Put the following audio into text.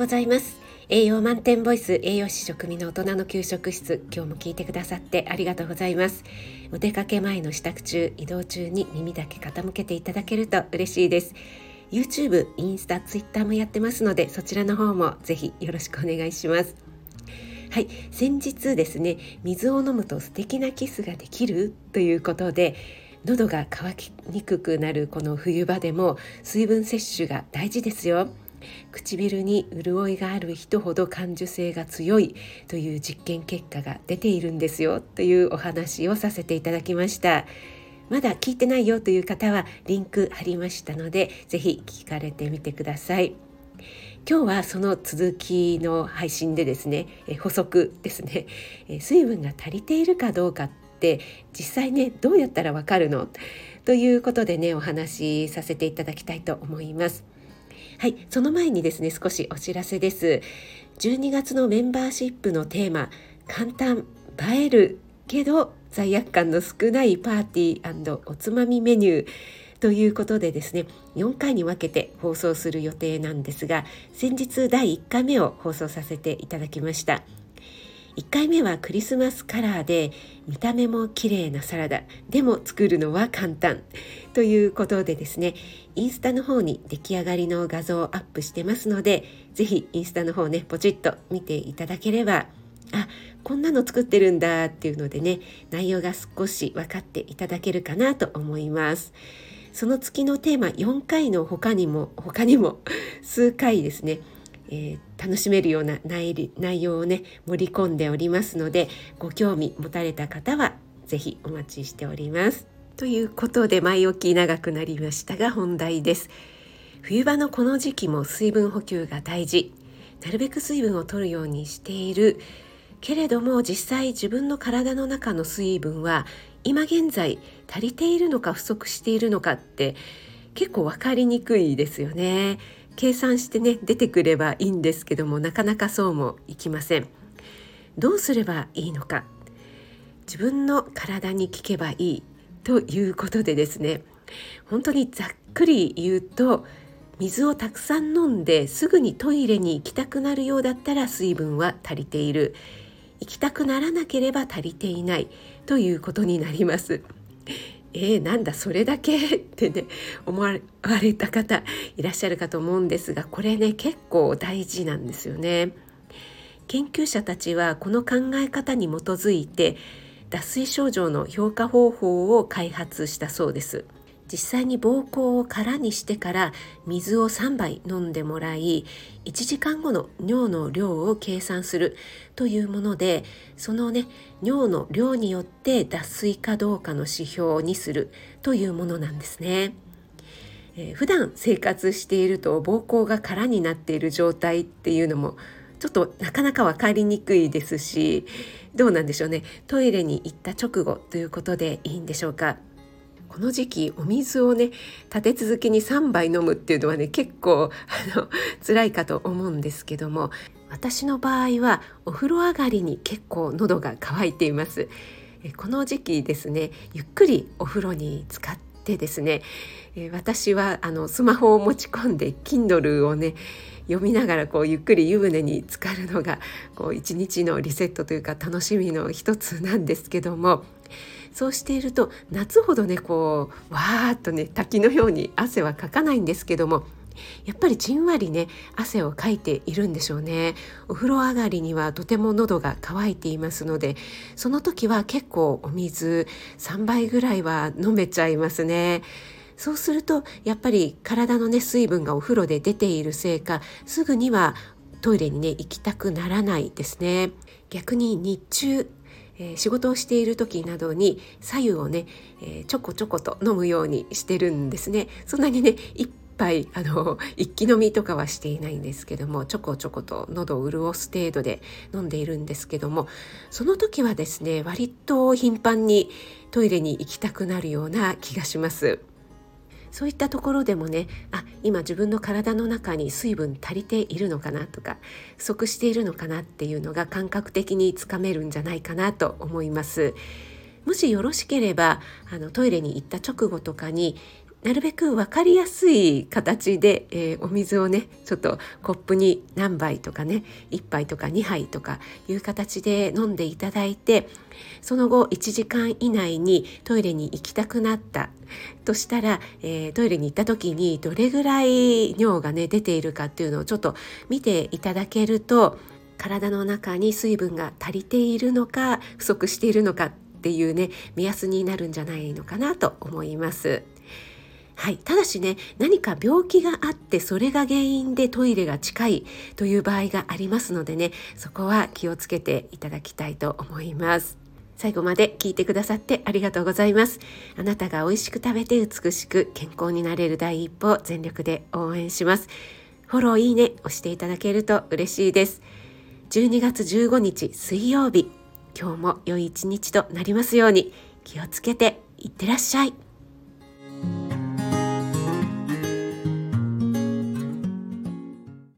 ざいます。栄養満点ボイス栄養士食味の大人の給食室、今日も聞いてくださってありがとうございます。お出かけ前の支度中、移動中に耳だけ傾けていただけると嬉しいです。 YouTube、インスタ、Twitter もやってますので、そちらの方もぜひよろしくお願いします。はい、先日ですね、水を飲むと素敵なキスができるということで、喉が渇きにくくなるこの冬場でも水分摂取が大事ですよ。唇に潤いがある人ほど感受性が強いという実験結果が出ているんですよ、というお話をさせていただきました。まだ聞いてないよという方はリンク貼りましたので、ぜひ聞かれてみてください。今日はその続きの配信でですね、補足ですね、水分が足りているかどうかって実際ね、どうやったらわかるのということでね、お話しさせていただきたいと思います。はい、その前にですね、少しお知らせです。12月のメンバーシップのテーマ、簡単、映えるけど罪悪感の少ないパーティー&おつまみメニューということでですね、4回に分けて放送する予定なんですが、先日第1回目を放送させていただきました。1回目はクリスマスカラーで、見た目も綺麗なサラダでも作るのは簡単ということでですね、インスタの方に出来上がりの画像をアップしてますので、ぜひインスタの方ね、ポチッと見ていただければ、こんなの作ってるんだっていうのでね、内容が少し分かっていただけるかなと思います。その月のテーマ4回の他にも数回ですね、楽しめるような内容をね、盛り込んでおりますので、ご興味持たれた方はぜひお待ちしております。ということで、前置き長くなりましたが本題です。冬場のこの時期も水分補給が大事。なるべく水分を取るようにしているけれども、実際自分の体の中の水分は今現在足りているのか不足しているのかって結構分かりにくいですよね。計算してね、出てくればいいんですけども、なかなかそうもいきません。どうすればいいのか、自分の体に聞けばいいということでですね、本当にざっくり言うと、水をたくさん飲んですぐにトイレに行きたくなるようだったら水分は足りている、行きたくならなければ足りていないということになります。なんだそれだけってね、思われた方いらっしゃるかと思うんですが、これね、結構大事なんですよね。研究者たちはこの考え方に基づいて脱水症状の評価方法を開発したそうです。実際に膀胱を空にしてから水を3杯飲んでもらい、1時間後の尿の量を計算するというもので、そのね、尿の量によって脱水かどうかの指標にするというものなんですね。普段生活していると膀胱が空になっている状態っていうのもちょっとなかなか分かりにくいですし、どうなんでしょうね。トイレに行った直後ということでいいんでしょうか。この時期お水をね、立て続けに3杯飲むっていうのはね、結構辛いかと思うんですけども、私の場合はお風呂上がりに結構喉が渇いています。この時期ですね、ゆっくりお風呂に浸かってですね、私はスマホを持ち込んで Kindle をね読みながらゆっくり湯船に浸かるのが一日のリセットというか楽しみの一つなんですけども、そうしていると夏ほどね、わーっとね、滝のように汗はかかないんですけども、やっぱりじんわりね、汗をかいているんでしょうね。お風呂上がりにはとても喉が渇いていますので、その時は結構お水3杯ぐらいは飲めちゃいますね。そうするとやっぱり体のね、水分がお風呂で出ているせいか、すぐにはトイレにね、行きたくならないですね。逆に日中仕事をしている時などに白湯をね、ちょこちょこと飲むようにしてるんですね。そんなにね、一杯一気飲みとかはしていないんですけども、ちょこちょこと喉を潤す程度で飲んでいるんですけども、その時はですね、割と頻繁にトイレに行きたくなるような気がします。そういったところでもね、今自分の体の中に水分足りているのかなとか、不足しているのかなっていうのが感覚的につかめるんじゃないかなと思います。もしよろしければトイレに行った直後とかになるべく分かりやすい形で、お水をねちょっとコップに何杯とかね1杯とか2杯とかいう形で飲んでいただいて、その後1時間以内にトイレに行きたくなったとしたら、トイレに行った時にどれぐらい尿がね出ているかっていうのをちょっと見ていただけると、体の中に水分が足りているのか不足しているのかっていうね目安になるんじゃないのかなと思います。はい、ただしね、何か病気があってそれが原因でトイレが近いという場合がありますのでね、そこは気をつけていただきたいと思います。最後まで聞いてくださってありがとうございます。あなたが美味しく食べて美しく健康になれる第一歩を全力で応援します。フォローいいね押していただけると嬉しいです。12月15日水曜日、今日も良い一日となりますように。気をつけていってらっしゃい。